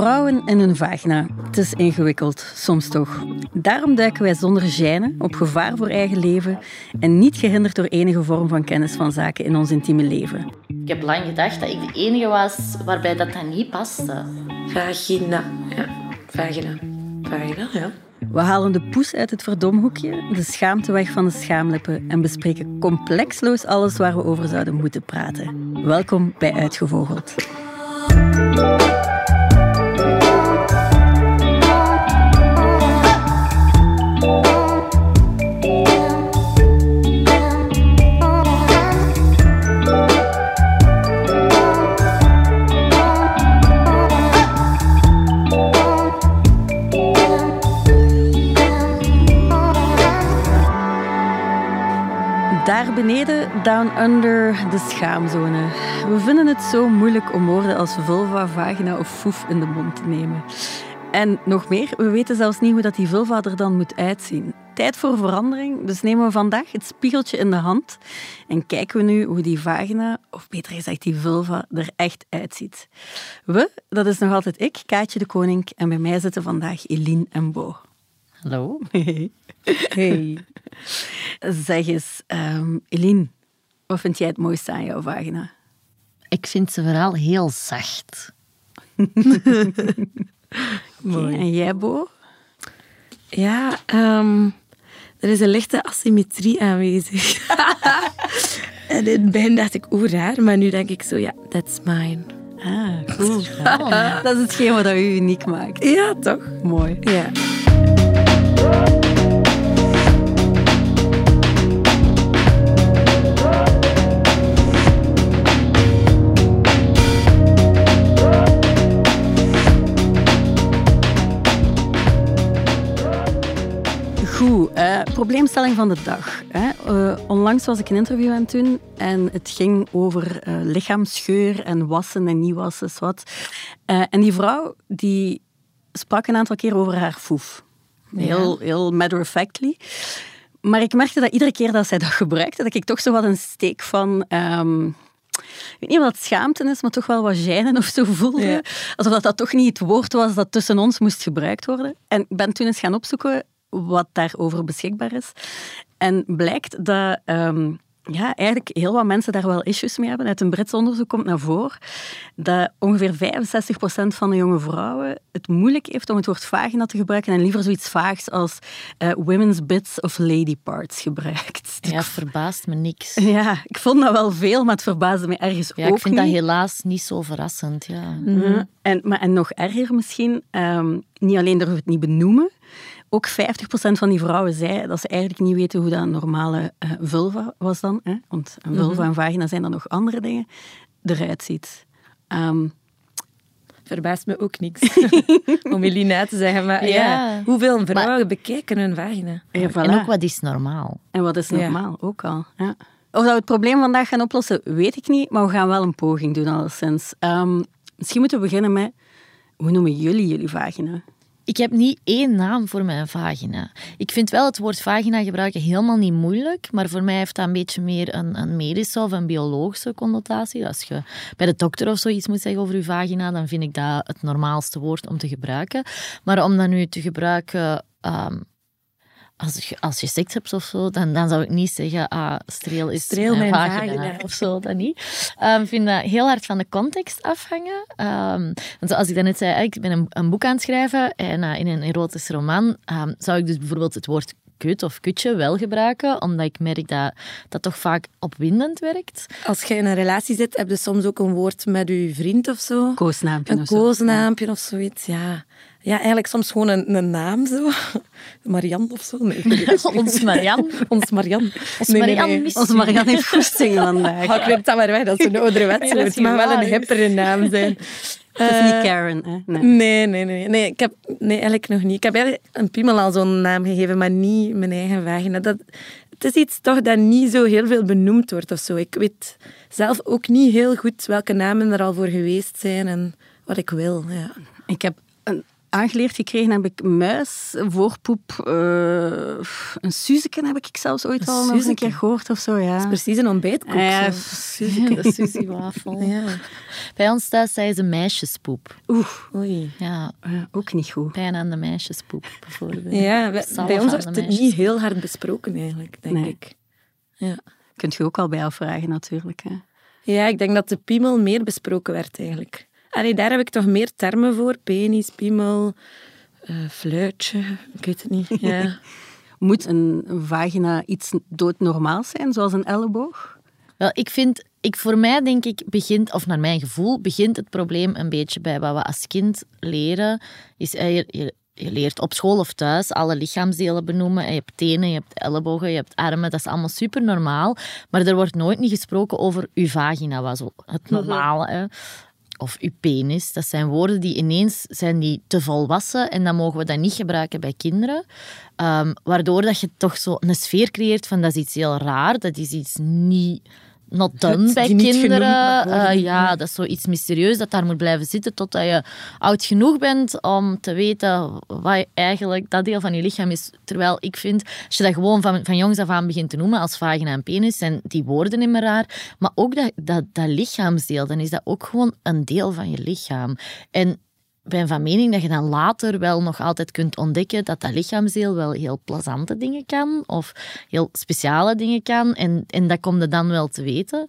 Vrouwen en hun vagina. Het is ingewikkeld, soms toch. Daarom duiken wij zonder gêne, op gevaar voor eigen leven en niet gehinderd door enige vorm van kennis van zaken in ons intieme leven. Ik heb lang gedacht dat ik de enige was waarbij dat niet paste. Vagina. Ja, vagina. Vagina, ja. We halen de poes uit het verdomhoekje, de schaamte weg van de schaamlippen en bespreken complexloos alles waar we over zouden moeten praten. Welkom bij Uitgevogeld. Daar beneden, down under, de schaamzone. We vinden het zo moeilijk om woorden als vulva, vagina of foef in de mond te nemen. En nog meer, we weten zelfs niet hoe dat die vulva er dan moet uitzien. Tijd voor verandering, dus nemen we vandaag het spiegeltje in de hand en kijken we nu hoe die vagina, of beter gezegd die vulva, er echt uitziet. We, dat is nog altijd ik, Kaatje de Koning, en bij mij zitten vandaag Eline en Bo. Hallo. Hey. Zeg eens, Eline, wat vind jij het mooiste aan jouw vagina? Ik vind ze vooral heel zacht. Mooi. En jij, Bo? Ja, er is een lichte asymmetrie aanwezig. En in het begin dacht ik, raar, maar nu denk ik zo, ja, that's mine. Ah, cool. Dat is hetgeen wat u uniek maakt. Ja, toch? Mooi. Ja. Goed, probleemstelling van de dag. Onlangs was ik een interview aan het doen en het ging over lichaamsgeur en wassen en niet wassen, wat. En die vrouw die sprak een aantal keer over haar foef. Heel matter-of-factly. Maar ik merkte dat iedere keer dat zij dat gebruikte, dat ik toch zo wat een steek van... ik weet niet of dat schaamte is, maar toch wel wat gênen of zo voelde. Ja. Alsof dat toch niet het woord was dat tussen ons moest gebruikt worden. En ik ben toen eens gaan opzoeken wat daarover beschikbaar is. En blijkt dat eigenlijk heel wat mensen daar wel issues mee hebben. Uit een Brits onderzoek komt naar voren dat ongeveer 65% van de jonge vrouwen het moeilijk heeft om het woord vagina te gebruiken en liever zoiets vaags als women's bits of lady parts gebruikt. Ja, het verbaast me niks. Ja, ik vond dat wel veel, maar het verbaasde me ergens ook niet. Ja, ik vind dat helaas niet zo verrassend. Ja. Mm-hmm. En nog erger misschien, niet alleen durven we het niet benoemen, ook 50% van die vrouwen zei dat ze eigenlijk niet weten hoe dat een normale vulva was dan. Hè? Want een vulva en vagina zijn dan nog andere dingen. Eruit ziet. Verbaast me ook niks. Om Eline uit te zeggen. Maar hoeveel vrouwen bekijken hun vagina? Ja, voilà. En ook wat is normaal? En wat is normaal, ook al. Ja. Of dat we het probleem vandaag gaan oplossen, weet ik niet. Maar we gaan wel een poging doen, alleszins. Misschien moeten we beginnen met... Hoe noemen jullie vagina? Ik heb niet één naam voor mijn vagina. Ik vind wel het woord vagina gebruiken helemaal niet moeilijk, maar voor mij heeft dat een beetje meer een medische of een biologische connotatie. Als je bij de dokter of zoiets moet zeggen over je vagina, dan vind ik dat het normaalste woord om te gebruiken. Maar om dat nu te gebruiken... Als je seks hebt of zo, dan zou ik niet zeggen, streel mijn vagina of zo, dat niet. Ik vind dat heel hard van de context afhangen. Want zoals ik daarnet zei, ik ben een boek aan het schrijven en in een erotisch roman zou ik dus bijvoorbeeld het woord kut of kutje wel gebruiken, omdat ik merk dat dat toch vaak opwindend werkt. Als je in een relatie zit, heb je soms ook een woord met je vriend of zo. Koosnaampje een koosnaampje of zoiets, ja. Ja, eigenlijk soms gewoon een naam zo. Marianne of zo. Nee, Ons Marianne. Ons Marianne. Onze Marianne heeft goesting vandaag. Ik weet dat maar weg, dat is een ouderwetse. Het mag wel een hippere naam zijn. Het is niet Karen, hè? Nee, eigenlijk nog niet. Ik heb eigenlijk een piemel al zo'n naam gegeven, maar niet mijn eigen vagina. Het is iets toch dat niet zo heel veel benoemd wordt of zo. Ik weet zelf ook niet heel goed welke namen er al voor geweest zijn en wat ik wil. Ja. Ik heb aangeleerd gekregen heb ik muis, voorpoep, een suzeke heb ik zelfs ooit al nog een keer gehoord of zo. Ja. Dat is precies een ontbijtkoek. Ja, De Suzy-wafel. Ja. Bij ons thuis zei ze meisjespoep. Oei. Ja, ook niet goed. pijn aan de meisjespoep, bijvoorbeeld. Ja, bij ons wordt de het meisjes. niet heel hard besproken eigenlijk, denk ik. Ja. Kunt je ook al bij afvragen natuurlijk. Hè. Ja, ik denk dat de piemel meer besproken werd eigenlijk. Allee, daar heb ik toch meer termen voor. Penis, piemel, fluitje, ik weet het niet. Ja. Moet een vagina iets doodnormaals zijn, zoals een elleboog? Wel, voor mij denk ik, of naar mijn gevoel, begint het probleem een beetje bij wat we als kind leren. Je leert op school of thuis alle lichaamsdelen benoemen. Je hebt tenen, je hebt ellebogen, je hebt armen. Dat is allemaal super normaal. Maar er wordt nooit niet gesproken over uw vagina, wat zo het normale. Hè. Of uw penis. Dat zijn woorden die ineens zijn die te volwassen en dan mogen we dat niet gebruiken bij kinderen. Waardoor dat je toch zo een sfeer creëert van dat is iets heel raar, dat is iets not done bij kinderen. Ja, dat is zoiets mysterieus dat daar moet blijven zitten totdat je oud genoeg bent om te weten wat eigenlijk dat deel van je lichaam is. Terwijl ik vind, als je dat gewoon van jongs af aan begint te noemen als vagina en penis, zijn die woorden niet meer raar. Maar ook dat lichaamsdeel, dan is dat ook gewoon een deel van je lichaam. En ik ben van mening dat je dan later wel nog altijd kunt ontdekken dat lichaamsdeel wel heel plezante dingen kan of heel speciale dingen kan. En dat komt er dan wel te weten.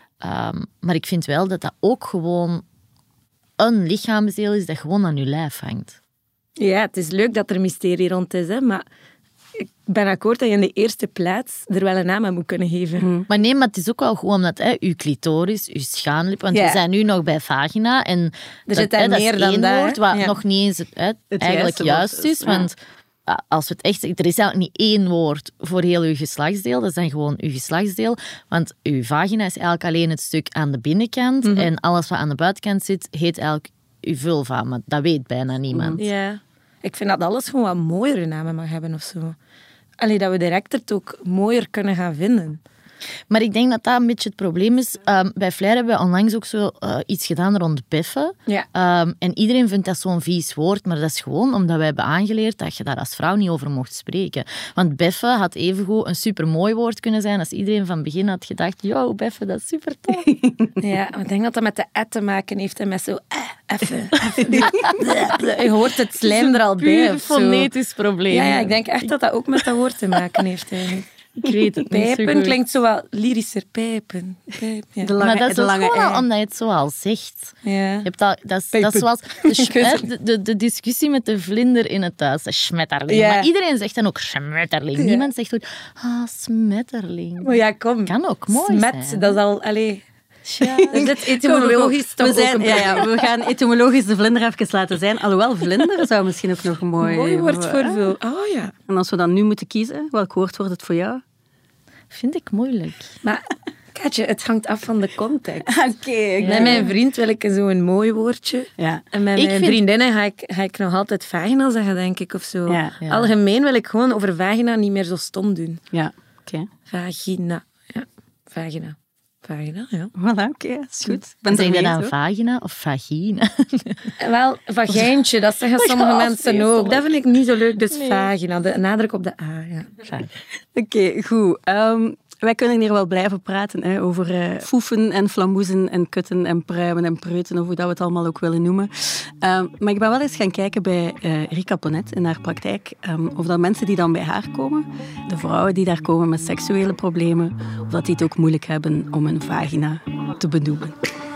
Maar ik vind wel dat dat ook gewoon een lichaamsdeel is dat gewoon aan je lijf hangt. Ja, het is leuk dat er mysterie rond is, hè, maar ik ben akkoord dat je in de eerste plaats er wel een naam aan moet kunnen geven. Maar nee, maar het is ook wel gewoon dat uw clitoris, uw schaamlip, want we zijn nu nog bij vagina en er zit daar meer is dan één dat, woord wat ja. nog niet eens het eigenlijk juist is, want als we het echt, er is eigenlijk niet één woord voor heel uw geslachtsdeel, dat is dan gewoon uw geslachtsdeel, want uw vagina is eigenlijk alleen het stuk aan de binnenkant en alles wat aan de buitenkant zit, heet eigenlijk uw vulva, maar dat weet bijna niemand. Ja. Ik vind dat alles gewoon wat mooiere namen mag hebben of zo. Allee, dat we direct het ook mooier kunnen gaan vinden. Maar ik denk dat dat een beetje het probleem is. Bij Flair hebben we onlangs ook zo iets gedaan rond beffen. Ja. En iedereen vindt dat zo'n vies woord, maar dat is gewoon omdat wij hebben aangeleerd dat je daar als vrouw niet over mocht spreken. Want beffen had evengoed een supermooi woord kunnen zijn als iedereen van begin had gedacht, yo, beffen, dat is super tof. Ja, ik denk dat dat met de te maken heeft en met zo, even. Je hoort het slijm er al bij. Puur fonetisch probleem. Ja, ik denk echt dat dat ook met dat woord te maken heeft eigenlijk. Ik weet het niet zo Pijpen goed. klinkt zo wat lyrischer. Pijpen. Ja. Maar dat is ook gewoon omdat je het zo al zegt. Ja. Je hebt dat is zoals de discussie met de vlinder in het thuis, de schmetterling. Ja. Maar iedereen zegt dan ook schmetterling. Ja. Niemand zegt ook, smetterling. Maar ja, kom. Kan ook mooi Smet, zijn. dat is al... Allee. Ja. Dus dit etymologisch toch ook een probleem. we gaan etymologisch de vlinder even laten zijn. Alhoewel, vlinder zou misschien ook nog een mooi woord voor veel. Oh ja. En als we dan nu moeten kiezen, welk woord wordt het voor jou? Vind ik moeilijk. Maar Katje, het hangt af van de context. Oké. Met mijn vriend wil ik zo'n mooi woordje. Ja. En met mijn vriendinnen ga ik nog altijd vagina zeggen, denk ik, of zo. Ja. Ja. Algemeen wil ik gewoon over vagina niet meer zo stom doen. Ja, oké. Vagina. Ja, vagina. Vagina, ja. Voilà, oké, is goed. Ik ben Zeg je ermee, dan zo. vagina of vagina? Wel, vagijntje, dat zeggen sommige mensen ook. vreselijk. Dat vind ik niet zo leuk, dus vagina. De nadruk op de A, ja. Oké, goed. Wij kunnen hier wel blijven praten hè, over foefen en flamboezen en kutten en pruimen en preuten, of hoe dat we het allemaal ook willen noemen. Maar ik ben wel eens gaan kijken bij Rika Ponet in haar praktijk, of dat mensen die dan bij haar komen, de vrouwen die daar komen met seksuele problemen, of dat die het ook moeilijk hebben om een vagina te benoemen.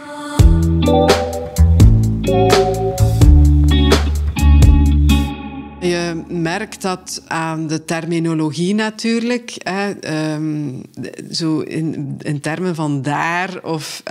Je merkt dat aan de terminologie natuurlijk. Zo in termen van daar of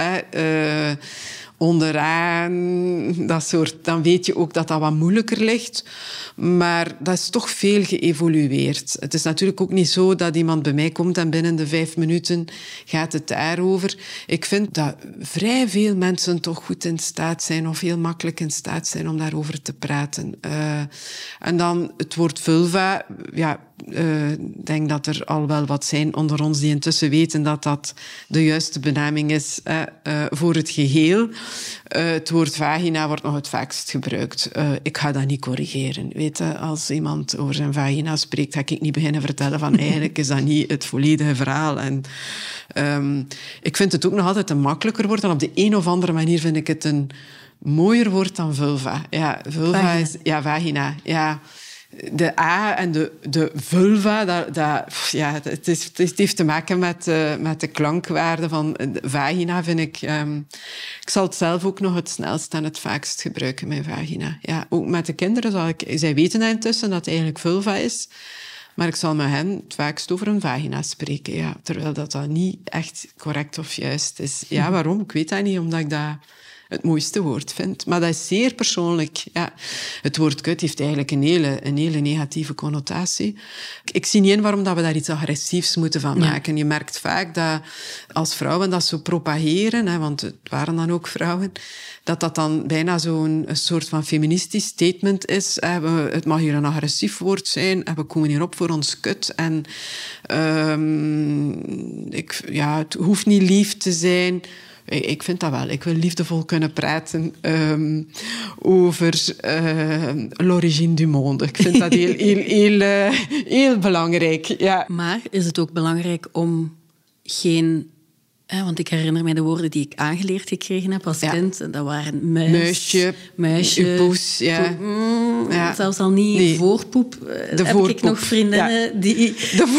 onderaan, dat soort. Dan weet je ook dat dat wat moeilijker ligt. Maar dat is toch veel geëvolueerd. Het is natuurlijk ook niet zo dat iemand bij mij komt en binnen de 5 minuten gaat het daarover. Ik vind dat vrij veel mensen toch goed in staat zijn of heel makkelijk in staat zijn om daarover te praten. En dan het woord vulva. Ja, ik denk dat er al wel wat zijn onder ons die intussen weten dat dat de juiste benaming is voor het geheel. Het woord vagina wordt nog het vaakst gebruikt. Ik ga dat niet corrigeren. Weet je, als iemand over zijn vagina spreekt, ga ik niet beginnen vertellen van eigenlijk is dat niet het volledige verhaal. En ik vind het ook nog altijd een makkelijker woord. En op de een of andere manier vind ik het een mooier woord dan vulva. Ja, vulva vagina. Is... Ja, vagina. Ja. De A en de vulva, het heeft te maken met de klankwaarde van vagina, vind ik. Ik zal het zelf ook nog het snelst en het vaakst gebruiken, mijn vagina. Ja, ook met de kinderen, zij weten intussen dat het eigenlijk vulva is. Maar ik zal met hen het vaakst over een vagina spreken. Ja, terwijl dat niet echt correct of juist is. Ja, waarom? Ik weet dat niet, omdat ik dat het mooiste woord vind. Maar dat is zeer persoonlijk. Ja. Het woord kut heeft eigenlijk een hele negatieve connotatie. Ik zie niet in waarom dat we daar iets agressiefs moeten van maken. Je merkt vaak dat als vrouwen dat zo propageren, hè, want het waren dan ook vrouwen, dat dan bijna zo'n soort van feministisch statement is. Het mag hier een agressief woord zijn. We komen hier op voor ons kut. En het hoeft niet lief te zijn. Ik vind dat wel. Ik wil liefdevol kunnen praten over l'origine du monde. Ik vind dat heel belangrijk. Ja. Maar is het ook belangrijk om geen... Want ik herinner mij de woorden die ik aangeleerd gekregen heb als kind. Dat waren muisje, poes. Ja. Ja. Zelfs al niet voorpoep. Heb ik nog vriendinnen die...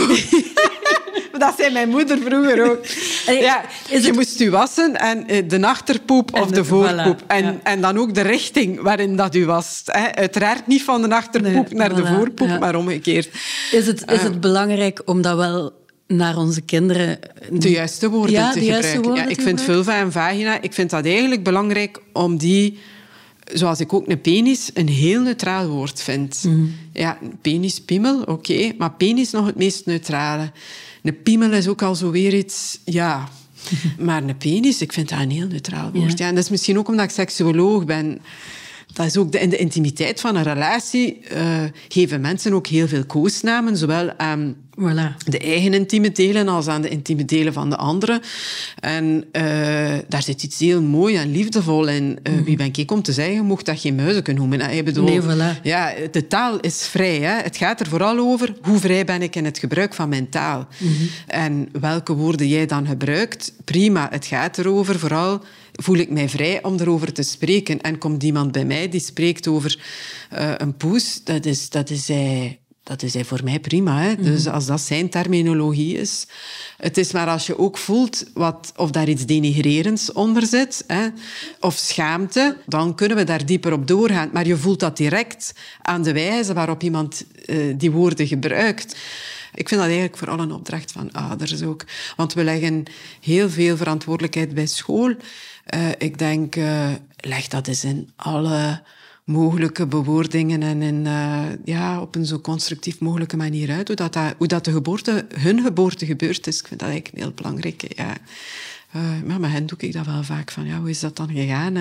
Dat zei mijn moeder vroeger ook. Je moest je wassen en de achterpoep of de voorpoep. Voilà, en dan ook de richting waarin dat u wast. Uiteraard niet van de achterpoep naar de voorpoep, maar omgekeerd. Is het belangrijk om dat wel naar onze kinderen... De juiste woorden te gebruiken. Ik vind vulva en vagina, ik vind dat eigenlijk belangrijk om die... Zoals ik ook een penis een heel neutraal woord vind. Ja, penis, piemel, oké. Maar penis nog het meest neutrale. Een piemel is ook al zo weer iets... Ja. Maar een penis, ik vind dat een heel neutraal woord. Ja. En dat is misschien ook omdat ik seksuoloog ben. Dat is ook in de intimiteit van een relatie geven mensen ook heel veel koosnamen, zowel aan de eigen intieme delen als aan de intieme delen van de anderen. En daar zit iets heel mooi en liefdevol in. Wie ben ik om te zeggen, je mocht dat geen muizen noemen. Ik bedoel, ja, de taal is vrij. Hè. Het gaat er vooral over hoe vrij ben ik in het gebruik van mijn taal. En welke woorden jij dan gebruikt, prima. Het gaat erover vooral... Voel ik mij vrij om erover te spreken? En komt iemand bij mij die spreekt over een poes, dat is hij voor mij prima. Hè? Dus als dat zijn terminologie is... Het is maar als je ook voelt of daar iets denigrerends onder zit, hè, of schaamte, dan kunnen we daar dieper op doorgaan. Maar je voelt dat direct aan de wijze waarop iemand die woorden gebruikt. Ik vind dat eigenlijk vooral een opdracht van ouders ook. Want we leggen heel veel verantwoordelijkheid bij school. Ik denk, leg dat eens in alle mogelijke bewoordingen en op een zo constructief mogelijke manier uit. Hoe dat hun geboorte gebeurd is, ik vind dat eigenlijk heel belangrijk. Ja. Maar met hen doe ik dat wel vaak. Van, hoe is dat dan gegaan?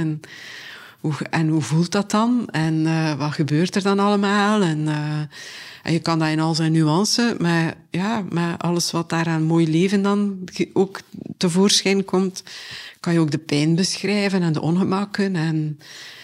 En hoe voelt dat dan? En wat gebeurt er dan allemaal? En je kan dat in al zijn nuance, maar met alles wat daar aan mooi leven dan ook tevoorschijn komt, kan je ook de pijn beschrijven en de ongemakken. En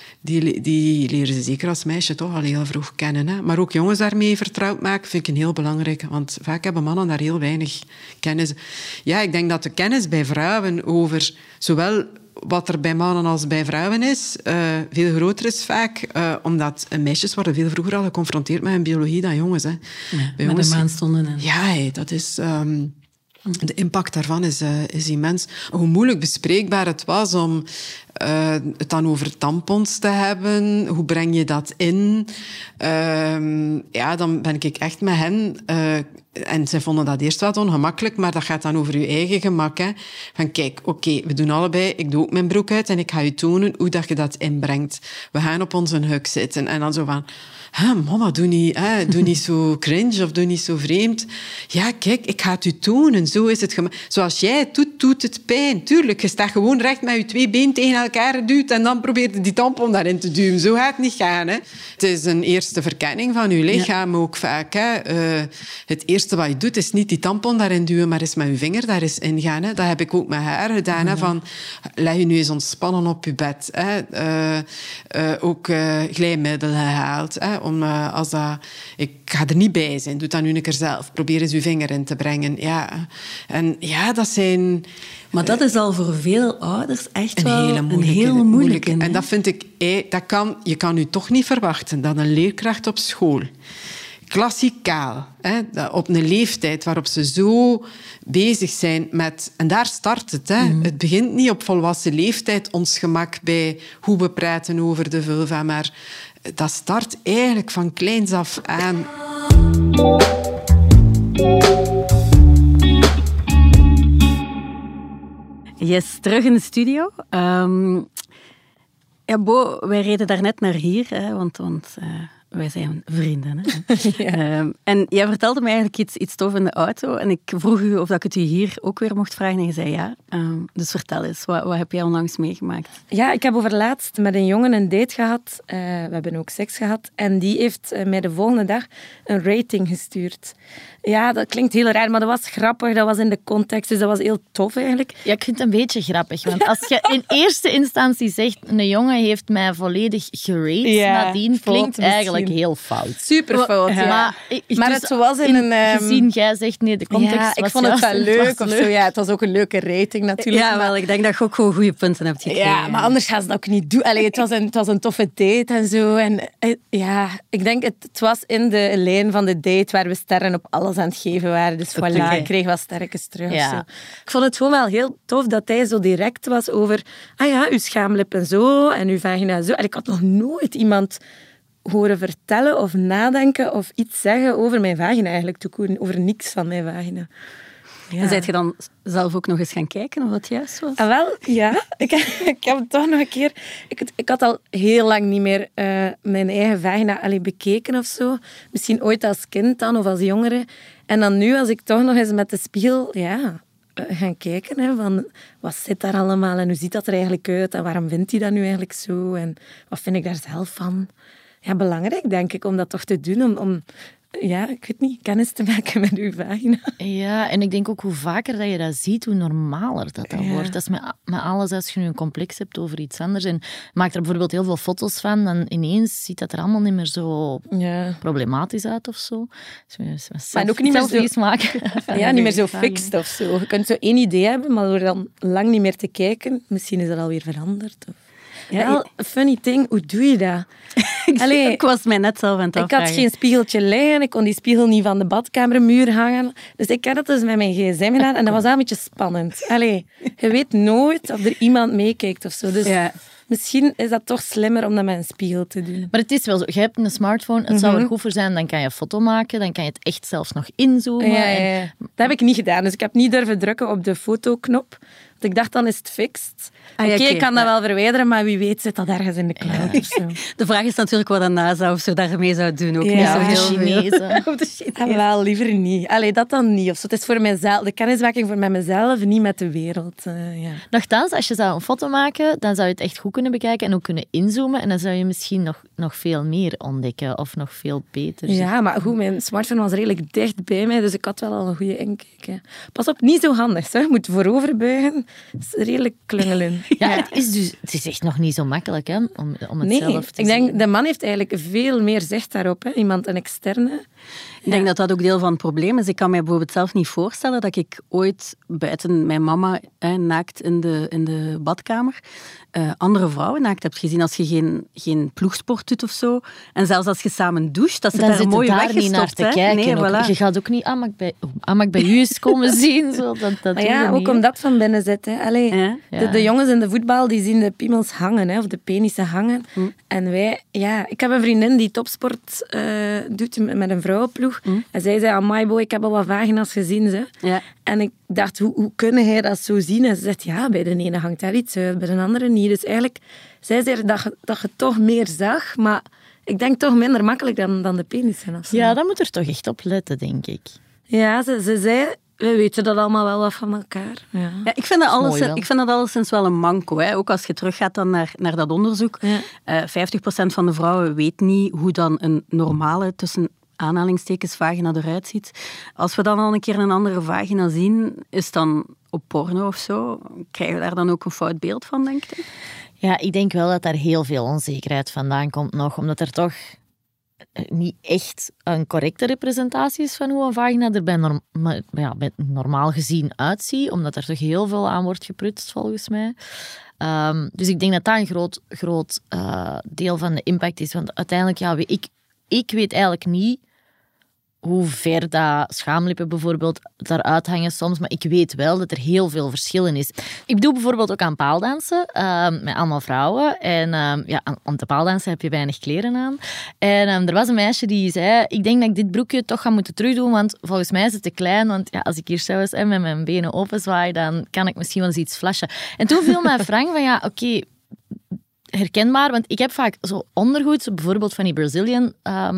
die leren ze zeker als meisje toch al heel vroeg kennen. Hè? Maar ook jongens daarmee vertrouwd maken vind ik een heel belangrijk. Want vaak hebben mannen daar heel weinig kennis. Ja, ik denk dat de kennis bij vrouwen over zowel wat er bij mannen als bij vrouwen is, veel groter is vaak. Omdat meisjes worden veel vroeger al geconfronteerd met hun biologie dan jongens. Hè. Ja, bij jongens, met de maandstonden. Ja, dat is... De impact daarvan is immens. Hoe moeilijk bespreekbaar het was om het dan over tampons te hebben. Hoe breng je dat in? Dan ben ik echt met hen... en zij vonden dat eerst wat ongemakkelijk, maar dat gaat dan over je eigen gemak. Hè. Van kijk, oké, we doen allebei, ik doe ook mijn broek uit en ik ga je tonen hoe dat je dat inbrengt. We gaan op onze huk zitten. En dan zo van... Mama, doe niet zo cringe of doe niet zo vreemd. Ja, kijk, ik ga het u tonen. Zo is het zoals jij het doet, doet het pijn. Tuurlijk, je staat gewoon recht met je 2 benen tegen elkaar duwt en dan probeert je die tampon daarin te duwen. Zo gaat het niet gaan. Hè. Het is een eerste verkenning van je lichaam ook vaak. Hè. Het eerste eerste wat je doet, is niet die tampon daarin duwen, maar eens met je vinger daar eens ingaan. Hè. Dat heb ik ook met haar gedaan. Hè, van, leg je nu eens ontspannen op je bed. Hè. Ook glijmiddel gehaald. Hè, ik ga er niet bij zijn. Doe dat nu een keer zelf. Probeer eens je vinger in te brengen. Ja. En ja, dat zijn... Maar dat is al voor veel ouders echt een hele moeilijke. En dat vind ik... Je kan nu toch niet verwachten dat een leerkracht op school... klassikaal, op een leeftijd waarop ze zo bezig zijn met... En daar start het. Hè. Mm. Het begint niet op volwassen leeftijd, ons gemak bij hoe we praten over de vulva, maar dat start eigenlijk van kleins af aan. Yes, terug in de studio. Bo, wij reden daarnet naar hier, hè, want wij zijn vrienden. Hè. Ja. En jij vertelde me eigenlijk iets tof in de auto. En ik vroeg u of ik het u hier ook weer mocht vragen. En je zei ja. Dus vertel eens, wat heb jij onlangs meegemaakt? Ja, ik heb overlaatst met een jongen een date gehad. We hebben ook seks gehad. En die heeft mij de volgende dag een rating gestuurd. Ja, dat klinkt heel raar, maar dat was grappig. Dat was in de context, dus dat was heel tof eigenlijk. Ja, ik vind het een beetje grappig. Want als je in eerste instantie zegt, een jongen heeft mij volledig gerate, nadien klinkt eigenlijk heel fout. Super fout, ja. Maar het was in een... Gezien, jij zegt nee, de context was ik vond het wel leuk of zo. Ja, het was ook een leuke rating natuurlijk. Ja, wel, ik denk dat je ook gewoon goede punten hebt gekregen. Ja, maar anders gaan ze dat ook niet doen. Allee, het was een toffe date en zo. En ja, ik denk het was in de lijn van de date waar we sterren op alles aan het geven waren. Dus voilà, ik kreeg wat sterkes terug. Ja. Zo. Ik vond het gewoon wel heel tof dat hij zo direct was over uw schaamlip en zo en uw vagina zo. En ik had nog nooit iemand horen vertellen of nadenken of iets zeggen over mijn vagina eigenlijk. Over niks van mijn vagina. Ja. En zijt je dan zelf ook nog eens gaan kijken of dat juist was? Wel, ja. Ik heb het toch nog een keer... Ik had al heel lang niet meer mijn eigen vagina bekeken of zo. Misschien ooit als kind dan of als jongere. En dan nu, als ik toch nog eens met de spiegel gaan kijken, van wat zit daar allemaal en hoe ziet dat er eigenlijk uit en waarom vindt hij dat nu eigenlijk zo en wat vind ik daar zelf van? Ja, belangrijk denk ik om dat toch te doen, om ik weet niet, kennis te maken met uw vagina. Ja, en ik denk ook hoe vaker dat je dat ziet, hoe normaler dat wordt. Dat is met alles, als je nu een complex hebt over iets anders en maakt er bijvoorbeeld heel veel foto's van, dan ineens ziet dat er allemaal niet meer zo problematisch uit of zo. Dus maar ook niet meer zo maken. Niet meer zo fixed of zo. Je kunt zo één idee hebben, maar door dan lang niet meer te kijken, misschien is dat alweer veranderd. Of... Ja, wel, een funny thing, hoe doe je dat? Ik was mij net zelf aan het afvragen. Ik had geen spiegeltje liggen, ik kon die spiegel niet van de badkamermuur hangen. Dus ik had dat dus met mijn gsm gedaan en dat was wel een beetje spannend. Je weet nooit of er iemand meekijkt of zo. Dus misschien is dat toch slimmer om dat met een spiegel te doen. Maar het is wel zo, je hebt een smartphone, het zou er goed voor zijn, dan kan je een foto maken, dan kan je het echt zelfs nog inzoomen. Ja. Dat heb ik niet gedaan, dus ik heb niet durven drukken op de fotoknop. Want ik dacht, dan is het fixed. Oké, ik kan dat wel verwijderen, maar wie weet zit dat ergens in de cloud of zo. De vraag is natuurlijk wat een NASA of zo daarmee zou doen. Ook niet zo heel Chinezen. Of de Chinezen. Wel, liever niet. Dat dan niet. Of zo. Het is voor mijzelf, de kennismaking voor met mezelf, niet met de wereld. Nochtans, als je zou een foto maken, dan zou je het echt goed kunnen bekijken en ook kunnen inzoomen. En dan zou je misschien nog veel meer ontdekken of nog veel beter. Ja, maar goed, mijn smartphone was redelijk dicht bij mij, dus ik had wel al een goede inkijk. Pas op, niet zo handig. Je moet voorover buigen. Dat is redelijk klungelen. Ja, het is echt nog niet zo makkelijk hè, om het zelf te ik zien. denk, de man heeft eigenlijk veel meer zicht daarop. Hè. Iemand, een externe. Ik denk dat dat ook deel van het probleem is. Ik kan mij bijvoorbeeld zelf niet voorstellen dat ik ooit buiten mijn mama naakt in de badkamer andere vrouwen naakt hebt gezien als je geen ploegsport doet of zo. En zelfs als je samen doucht, dat zit dan daar een mooie weggestopt. niet naar te kijken. Nee, voilà. Je gaat ook niet, mag ik bij u eens komen zien? Zo, dat maar ook om dat van binnen zit. Hè. De jongens in de voetbal die zien de piemels hangen, hè, of de penissen hangen. En wij, ik heb een vriendin die topsport doet met een vrouwenploeg. En zij zei, amai boy, ik heb al wat vagina's gezien. Ze. Ja. En ik dacht, hoe kun jij dat zo zien? En ze zegt, bij de ene hangt daar iets uit, bij de andere niet. Dus eigenlijk, zij zei dat je toch meer zag, maar ik denk toch minder makkelijk dan de penissen. Of zo. Ja, daar moet er toch echt op letten, denk ik. Ja, ze zei... We weten dat allemaal wel wat van elkaar. Ja. Ja, ik vind dat alleszins wel een manco. Hè. Ook als je teruggaat dan naar dat onderzoek. 50% van de vrouwen weet niet hoe dan een normale tussen aanhalingstekens vagina eruit ziet. Als we dan al een keer een andere vagina zien, is het dan op porno of zo? Krijgen we daar dan ook een fout beeld van, denk je? Ja, ik denk wel dat daar heel veel onzekerheid vandaan komt nog, omdat er toch niet echt een correcte representatie is van hoe een vagina er bij normaal gezien uitziet, omdat er toch heel veel aan wordt geprutst, volgens mij. Dus ik denk dat dat een groot deel van de impact is. Want uiteindelijk, ik weet eigenlijk niet hoe ver dat schaamlippen bijvoorbeeld daaruit hangen soms, maar ik weet wel dat er heel veel verschillen is. Ik doe bijvoorbeeld ook aan paaldansen met allemaal vrouwen. En om te paaldansen heb je weinig kleren aan. En er was een meisje die zei, ik denk dat ik dit broekje toch ga moeten terugdoen, want volgens mij is het te klein, want als ik hier zelfs met mijn benen openzwaai, dan kan ik misschien wel eens iets flashen. En toen viel mij Frank van, oké, herkenbaar, want ik heb vaak zo ondergoed, bijvoorbeeld van die Brazilian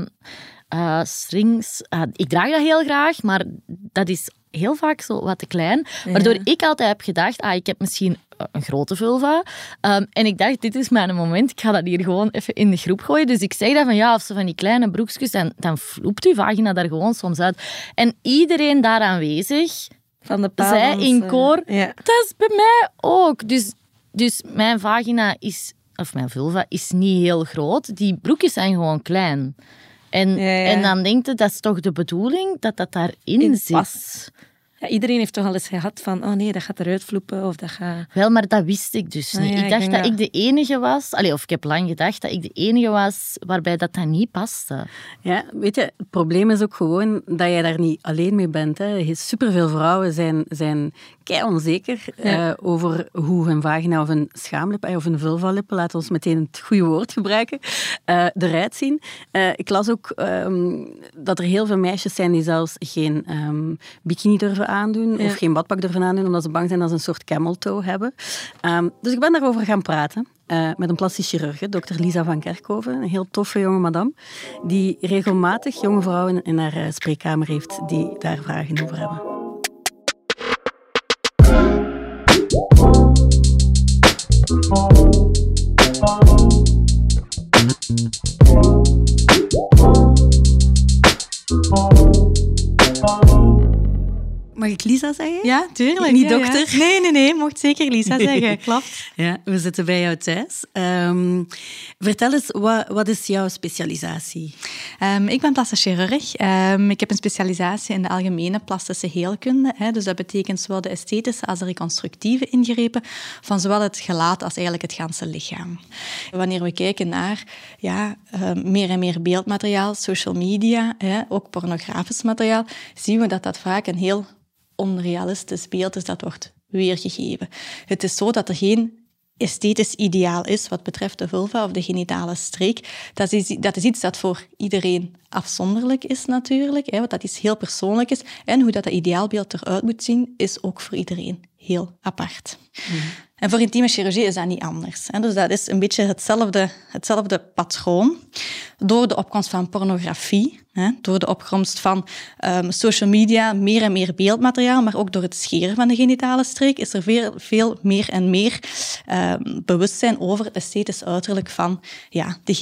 strings. Ik draag dat heel graag, maar dat is heel vaak zo wat te klein. Waardoor ik altijd heb gedacht, ik heb misschien een grote vulva. En ik dacht, dit is mijn moment, ik ga dat hier gewoon even in de groep gooien. Dus ik zeg dat van, of ze van die kleine broekjes, dan vloept uw vagina daar gewoon soms uit. En iedereen daar aanwezig van de zei in koor, dat is bij mij ook. Dus mijn vagina of mijn vulva is niet heel groot. Die broekjes zijn gewoon klein. En dan denk je, dat is toch de bedoeling dat daarin zit. Ja, iedereen heeft toch al eens gehad van, oh nee, dat gaat eruit vloepen of dat gaat... Wel, maar dat wist ik dus niet. Ik dacht dat ik de enige was, of ik heb lang gedacht dat ik de enige was waarbij dat niet paste. Ja, weet je, het probleem is ook gewoon dat jij daar niet alleen mee bent. Hè. Superveel vrouwen zijn kei onzeker over hoe hun vagina of een schaamlip of een vulvalip, laten we ons meteen het goede woord gebruiken, eruit zien. Ik las ook dat er heel veel meisjes zijn die zelfs geen bikini durven aandoen of geen badpak durven aandoen, omdat ze bang zijn dat ze een soort camel toe hebben. Dus ik ben daarover gaan praten met een plastisch chirurg, dokter Lisa van Kerkhoven, een heel toffe jonge madame, die regelmatig jonge vrouwen in haar spreekkamer heeft die daar vragen over hebben. Mag ik Lisa zeggen? Ja, tuurlijk. Niet dokter? Ja. Nee, mocht zeker Lisa zeggen. Klopt. Ja, we zitten bij jou thuis. Vertel eens, wat is jouw specialisatie? Ik ben plastisch chirurg. Ik heb een specialisatie in de algemene plastische heelkunde. Dus dat betekent zowel de esthetische als de reconstructieve ingrepen van zowel het gelaat als eigenlijk het ganse lichaam. Wanneer we kijken naar meer en meer beeldmateriaal, social media, ook pornografisch materiaal, zien we dat vaak een heel onrealistisch beeld is dat wordt weergegeven. Het is zo dat er geen esthetisch ideaal is wat betreft de vulva of de genitale streek. Dat is iets dat voor iedereen afzonderlijk is natuurlijk, wat dat iets heel persoonlijk is. En hoe dat ideaalbeeld eruit moet zien, is ook voor iedereen heel apart. En voor intieme chirurgie is dat niet anders. Dus dat is een beetje hetzelfde patroon. Door de opkomst van pornografie, door de opkomst van social media, meer en meer beeldmateriaal, maar ook door het scheren van de genitale streek, is er veel meer en meer bewustzijn over het esthetisch uiterlijk van de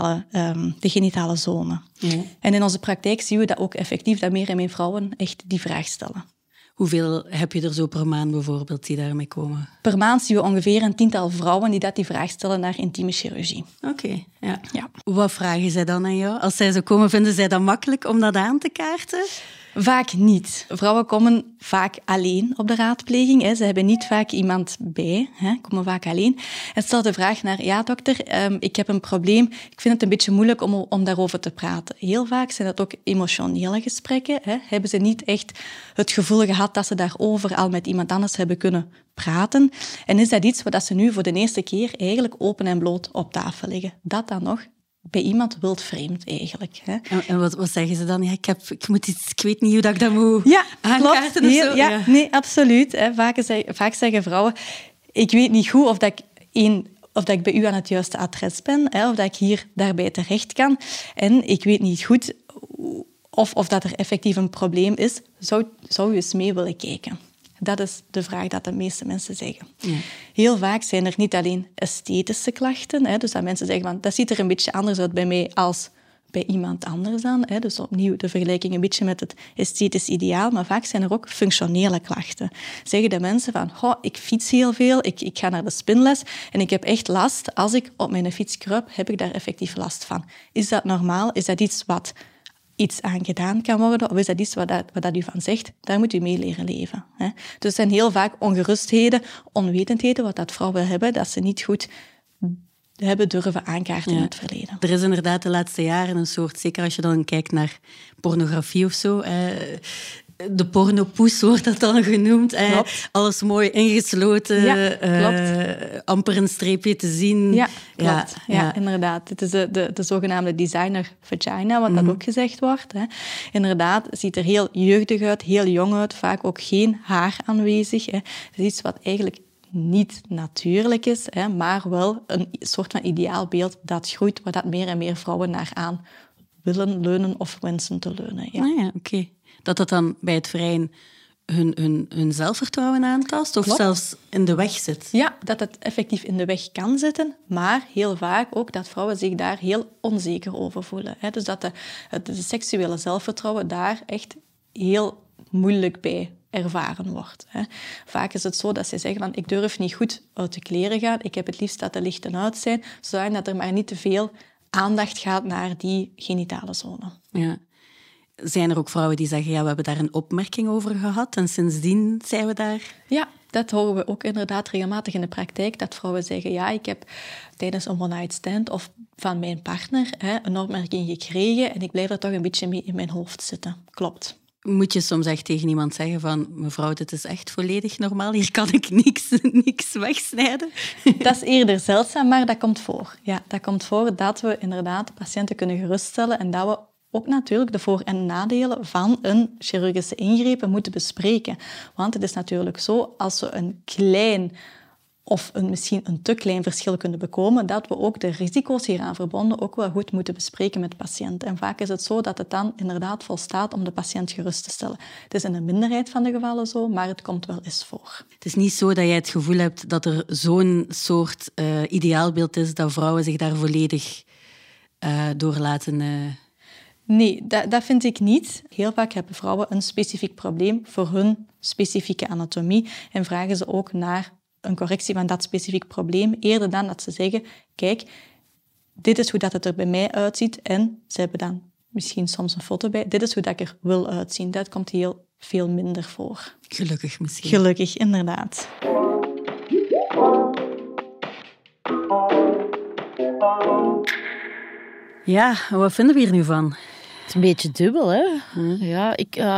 genitale zone. Ja. En in onze praktijk zien we dat ook effectief, dat meer en meer vrouwen echt die vraag stellen. Hoeveel heb je er zo per maand bijvoorbeeld die daarmee komen? Per maand zien we ongeveer een 10-tal vrouwen die vraag stellen naar intieme chirurgie. Oké, ja. Wat vragen zij dan aan jou? Als zij zo komen, vinden zij dat makkelijk om dat aan te kaarten? Vaak niet. Vrouwen komen vaak alleen op de raadpleging. Ze hebben niet vaak iemand bij, komen vaak alleen. En stel de vraag naar, ja dokter, ik heb een probleem. Ik vind het een beetje moeilijk om daarover te praten. Heel vaak zijn dat ook emotionele gesprekken. Hebben ze niet echt het gevoel gehad dat ze daarover al met iemand anders hebben kunnen praten. En is dat iets wat ze nu voor de eerste keer eigenlijk open en bloot op tafel leggen? Dat dan nog bij iemand wildvreemd eigenlijk. En wat zeggen ze dan? Ja, ik weet niet hoe dat ik dat moet aankaarten of zo. Ja, nee, absoluut. Vaak zeggen vrouwen, ik weet niet goed of dat ik bij u aan het juiste adres ben, of dat ik daarbij terecht kan. En ik weet niet goed of dat er effectief een probleem is. Zou u eens mee willen kijken? Dat is de vraag dat de meeste mensen zeggen. Ja. Heel vaak zijn er niet alleen esthetische klachten, dus dat mensen zeggen, van, dat ziet er een beetje anders uit bij mij als bij iemand anders dan. Hè. Dus opnieuw de vergelijking een beetje met het esthetisch ideaal, maar vaak zijn er ook functionele klachten. Zeggen de mensen van, ik fiets heel veel, ik ga naar de spinles en ik heb echt last. Als ik op mijn fiets kruip, heb ik daar effectief last van. Is dat normaal? Is dat iets wat iets aan gedaan kan worden? Of is dat iets wat u van zegt? Daar moet u mee leren leven. Hè. Dus het zijn heel vaak ongerustheden, onwetendheden, wat dat vrouwen hebben, dat ze niet goed hebben durven aankaarten in het verleden. Er is inderdaad de laatste jaren een soort, zeker als je dan kijkt naar pornografie of zo, de pornopoes wordt dat dan genoemd. Alles mooi ingesloten, amper een streepje te zien. Ja, klopt. Ja, inderdaad. Het is de zogenaamde designer vagina, wat dat ook gezegd wordt. Hè. Inderdaad, het ziet er heel jeugdig uit, heel jong uit, vaak ook geen haar aanwezig. Hè. Het is iets wat eigenlijk niet natuurlijk is, hè, maar wel een soort van ideaalbeeld dat groeit, waar dat meer en meer vrouwen naar aan willen leunen of wensen te leunen. Ja. Oké. Dat dan bij het vrijen hun zelfvertrouwen aantast of zelfs in de weg zit? Ja, dat het effectief in de weg kan zitten, maar heel vaak ook dat vrouwen zich daar heel onzeker over voelen. Hè. Dus dat de seksuele zelfvertrouwen daar echt heel moeilijk bij ervaren wordt. Hè. Vaak is het zo dat ze zeggen van, ik durf niet goed uit de kleren gaan, ik heb het liefst dat de lichten uit zijn, zodat er maar niet te veel aandacht gaat naar die genitale zone. Ja. Zijn er ook vrouwen die zeggen, we hebben daar een opmerking over gehad en sindsdien zijn we daar? Ja, dat horen we ook inderdaad regelmatig in de praktijk, dat vrouwen zeggen, ik heb tijdens een one-night stand of van mijn partner een opmerking gekregen en ik blijf er toch een beetje mee in mijn hoofd zitten. Klopt. Moet je soms echt tegen iemand zeggen van, mevrouw, dit is echt volledig normaal, hier kan ik niks wegsnijden? Dat is eerder zeldzaam, maar dat komt voor. Ja, dat komt voor dat we inderdaad patiënten kunnen geruststellen en dat we ook natuurlijk de voor- en nadelen van een chirurgische ingreep moeten bespreken. Want het is natuurlijk zo, als we een klein of misschien een te klein verschil kunnen bekomen, dat we ook de risico's hieraan verbonden ook wel goed moeten bespreken met de patiënt. En vaak is het zo dat het dan inderdaad volstaat om de patiënt gerust te stellen. Het is in een minderheid van de gevallen zo, maar het komt wel eens voor. Het is niet zo dat jij het gevoel hebt dat er zo'n soort ideaalbeeld is dat vrouwen zich daar volledig door laten... Nee, dat vind ik niet. Heel vaak hebben vrouwen een specifiek probleem voor hun specifieke anatomie en vragen ze ook naar een correctie van dat specifiek probleem, eerder dan dat ze zeggen, kijk, dit is hoe dat het er bij mij uitziet en ze hebben dan misschien soms een foto bij, dit is hoe dat ik er wil uitzien. Dat komt heel veel minder voor. Gelukkig misschien. Gelukkig, inderdaad. Ja, wat vinden we hier nu van? Het is een beetje dubbel, hè? Ja,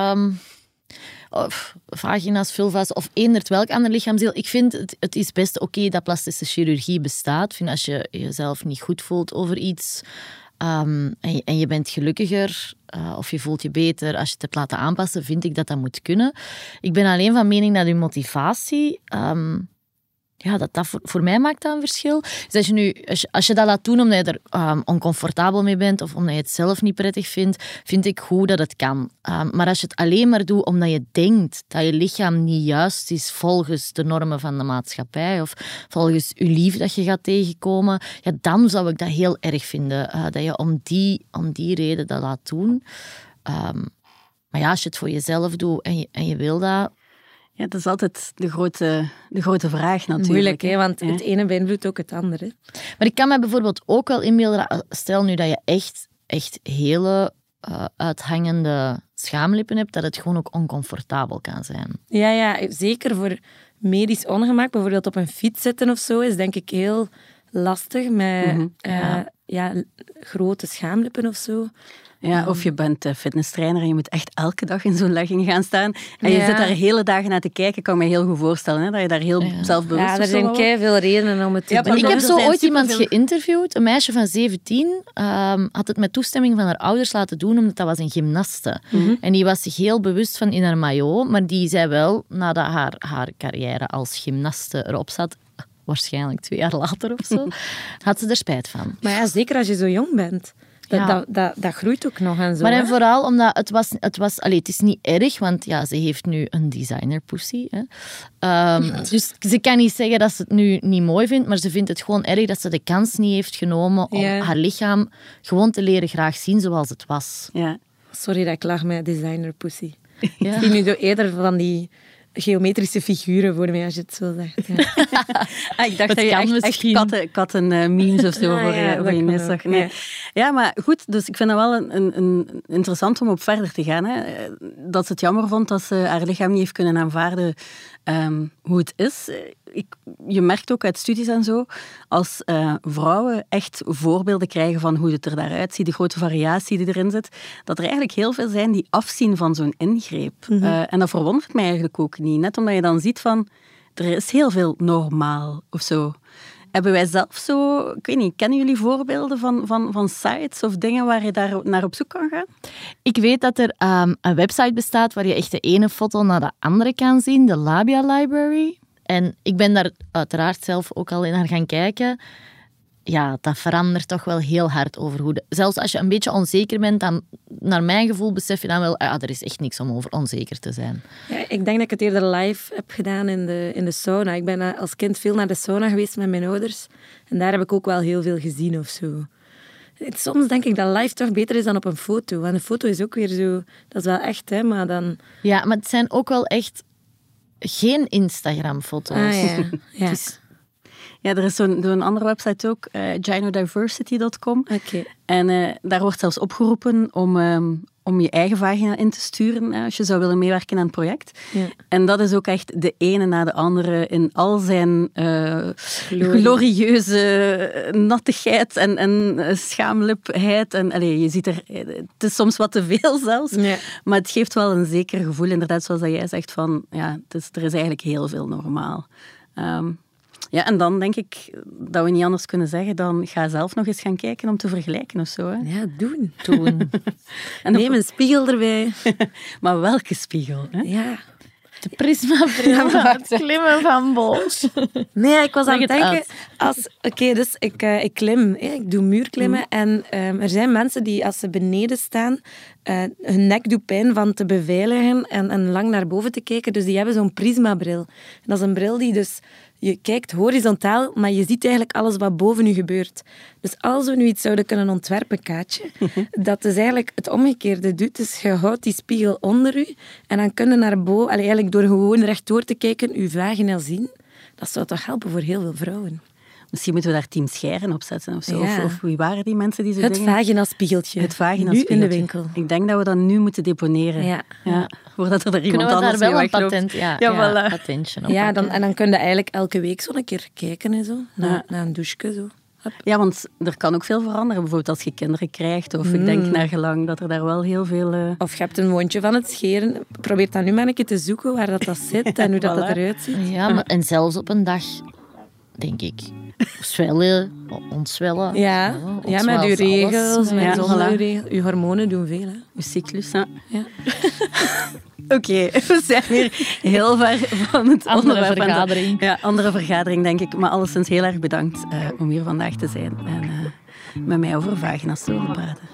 vagina's, vulva's of eenderd welk ander lichaamsdeel. Ik vind het is best oké dat plastische chirurgie bestaat. Ik vind als je jezelf niet goed voelt over iets en je bent gelukkiger of je voelt je beter als je het hebt laten aanpassen, vind ik dat dat moet kunnen. Ik ben alleen van mening dat je motivatie... dat voor mij maakt dat een verschil. Dus als je dat laat doen omdat je er oncomfortabel mee bent of omdat je het zelf niet prettig vindt, vind ik goed dat het kan. Maar als je het alleen maar doet omdat je denkt dat je lichaam niet juist is volgens de normen van de maatschappij of volgens je lief dat je gaat tegenkomen, dan zou ik dat heel erg vinden. Dat je om die reden dat laat doen. Maar als je het voor jezelf doet en je wil dat... Ja, dat is altijd de grote vraag natuurlijk. Moeilijk, hè? Want het ene beïnvloedt ook het andere. Maar ik kan me bijvoorbeeld ook wel inbeelden, stel nu dat je echt hele uithangende schaamlippen hebt, dat het gewoon ook oncomfortabel kan zijn. Ja, zeker voor medisch ongemak. Bijvoorbeeld op een fiets zitten of zo is denk ik heel lastig met grote schaamlippen of zo. Ja, of je bent fitnesstrainer en je moet echt elke dag in zo'n legging gaan staan. En je zit daar hele dagen naar te kijken. Ik kan me heel goed voorstellen hè, dat je daar heel zelfbewust er zijn keiveel redenen om het te doen. Ik heb zo ooit iemand geïnterviewd, een meisje van 17, had het met toestemming van haar ouders laten doen, omdat dat was een gymnaste. En die was zich heel bewust van in haar maillot, maar die zei wel, nadat haar carrière als gymnaste erop zat, waarschijnlijk 2 jaar later of zo, had ze er spijt van. Maar ja, zeker als je zo jong bent. Dat groeit ook nog en zo. Maar en vooral omdat het is niet erg, want ja, ze heeft nu een designerpussy. Dus ze kan niet zeggen dat ze het nu niet mooi vindt, maar ze vindt het gewoon erg dat ze de kans niet heeft genomen om haar lichaam gewoon te leren graag zien zoals het was. Ja. Sorry dat ik lach met designerpussy. Ja. Ik zie nu zo eerder van die geometrische figuren voor mij, als je het zo zegt. Ja. Ik dacht dat je echt katten memes of zo voor je neus zag. Nee. Ja, maar goed, dus ik vind dat wel een interessant om op verder te gaan. Hè. Dat ze het jammer vond dat ze haar lichaam niet heeft kunnen aanvaarden hoe het is. Je merkt ook uit studies en zo, als vrouwen echt voorbeelden krijgen van hoe het er daaruit ziet, de grote variatie die erin zit, dat er eigenlijk heel veel zijn die afzien van zo'n ingreep. En dat verwondert mij eigenlijk ook niet. Net omdat je dan ziet van, er is heel veel normaal of zo. Hebben wij zelf zo, ik weet niet, kennen jullie voorbeelden van sites of dingen waar je daar naar op zoek kan gaan? Ik weet dat er een website bestaat waar je echt de ene foto naar de andere kan zien, de Labia Library. En ik ben daar uiteraard zelf ook al naar gaan kijken. Ja, dat verandert toch wel heel hard over hoe... Zelfs als je een beetje onzeker bent, dan, naar mijn gevoel, besef je dan wel... er is echt niks om over onzeker te zijn. Ja, ik denk dat ik het eerder live heb gedaan in de sauna. Ik ben als kind veel naar de sauna geweest met mijn ouders. En daar heb ik ook wel heel veel gezien of zo. Soms denk ik dat live toch beter is dan op een foto. Want een foto is ook weer zo... Dat is wel echt, hè, maar dan... Ja, maar het zijn ook wel echt geen Instagram-foto's. Ja. Ja, er is zo'n andere website ook, gynodiversity.com. Okay. En daar wordt zelfs opgeroepen om je eigen vagina in te sturen als je zou willen meewerken aan het project. Ja. En dat is ook echt de ene na de andere in al zijn glorieuze nattigheid en schaamlipheid. En je ziet het is soms wat te veel zelfs, maar het geeft wel een zeker gevoel, inderdaad, zoals dat jij zegt, van ja, er is eigenlijk heel veel normaal. Ja, en dan denk ik dat we niet anders kunnen zeggen dan ga zelf nog eens gaan kijken om te vergelijken of zo. Hè? Ja, doen. En neem een spiegel erbij. Maar welke spiegel? Hè? Ja. De prismabril van het klimmen van Bosch. Nee, ik was aan het denken... dus ik klim. Ik doe muurklimmen. En er zijn mensen die, als ze beneden staan, hun nek doet pijn van te beveiligen en lang naar boven te kijken. Dus die hebben zo'n prismabril. En dat is een bril die dus... Je kijkt horizontaal, maar je ziet eigenlijk alles wat boven je gebeurt. Dus als we nu iets zouden kunnen ontwerpen, Kaatje, dat dus eigenlijk het omgekeerde doet. Dus je houdt die spiegel onder u en dan kun je naar boven, eigenlijk door gewoon rechtdoor te kijken, je vagina zien. Dat zou toch helpen voor heel veel vrouwen. Misschien moeten we daar Team Scheren op zetten of zo. Ja. Of wie waren die mensen die zo het dingen... vaginaspiegeltje. Het vaginaspiegeltje. Nu in de winkel. Ik denk dat we dat nu moeten deponeren. Ja. Voordat er iemand anders mee wegloopt. Kunnen we daar wel een patent... Ja, patentje op. Ja, dan kun je eigenlijk elke week zo een keer kijken en zo. Naar een douche zo. Hop. Ja, want er kan ook veel veranderen. Bijvoorbeeld als je kinderen krijgt. Of ik denk naar gelang dat er daar wel heel veel... Of je hebt een wondje van het scheren. Probeer dan nu maar een keer te zoeken waar dat zit en hoe dat eruit ziet. Ja, maar, en zelfs op een dag, denk ik... Zwellen, ontzwellen. Ja, met uw regels, met zonder regels. Uw hormonen doen veel, hè. Uw cyclus, hè. Ja. Oké, we zijn weer heel ver van het andere vergadering. Ja, andere vergadering, denk ik. Maar alleszins heel erg bedankt om hier vandaag te zijn en met mij over vagina's te praten.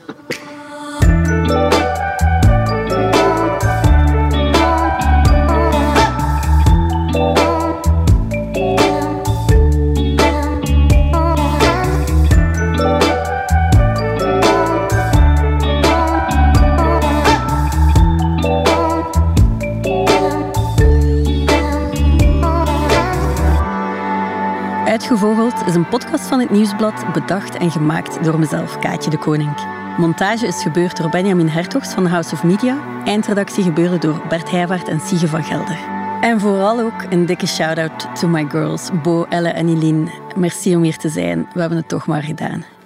Uitgevogeld is een podcast van het Nieuwsblad, bedacht en gemaakt door mezelf, Kaatje de Koning. Montage is gebeurd door Benjamin Hertogs van House of Media. Eindredactie gebeurde door Bert Heijvaart en Siege van Gelder. En vooral ook een dikke shout-out to my girls, Bo, Elle en Eline. Merci om hier te zijn. We hebben het toch maar gedaan.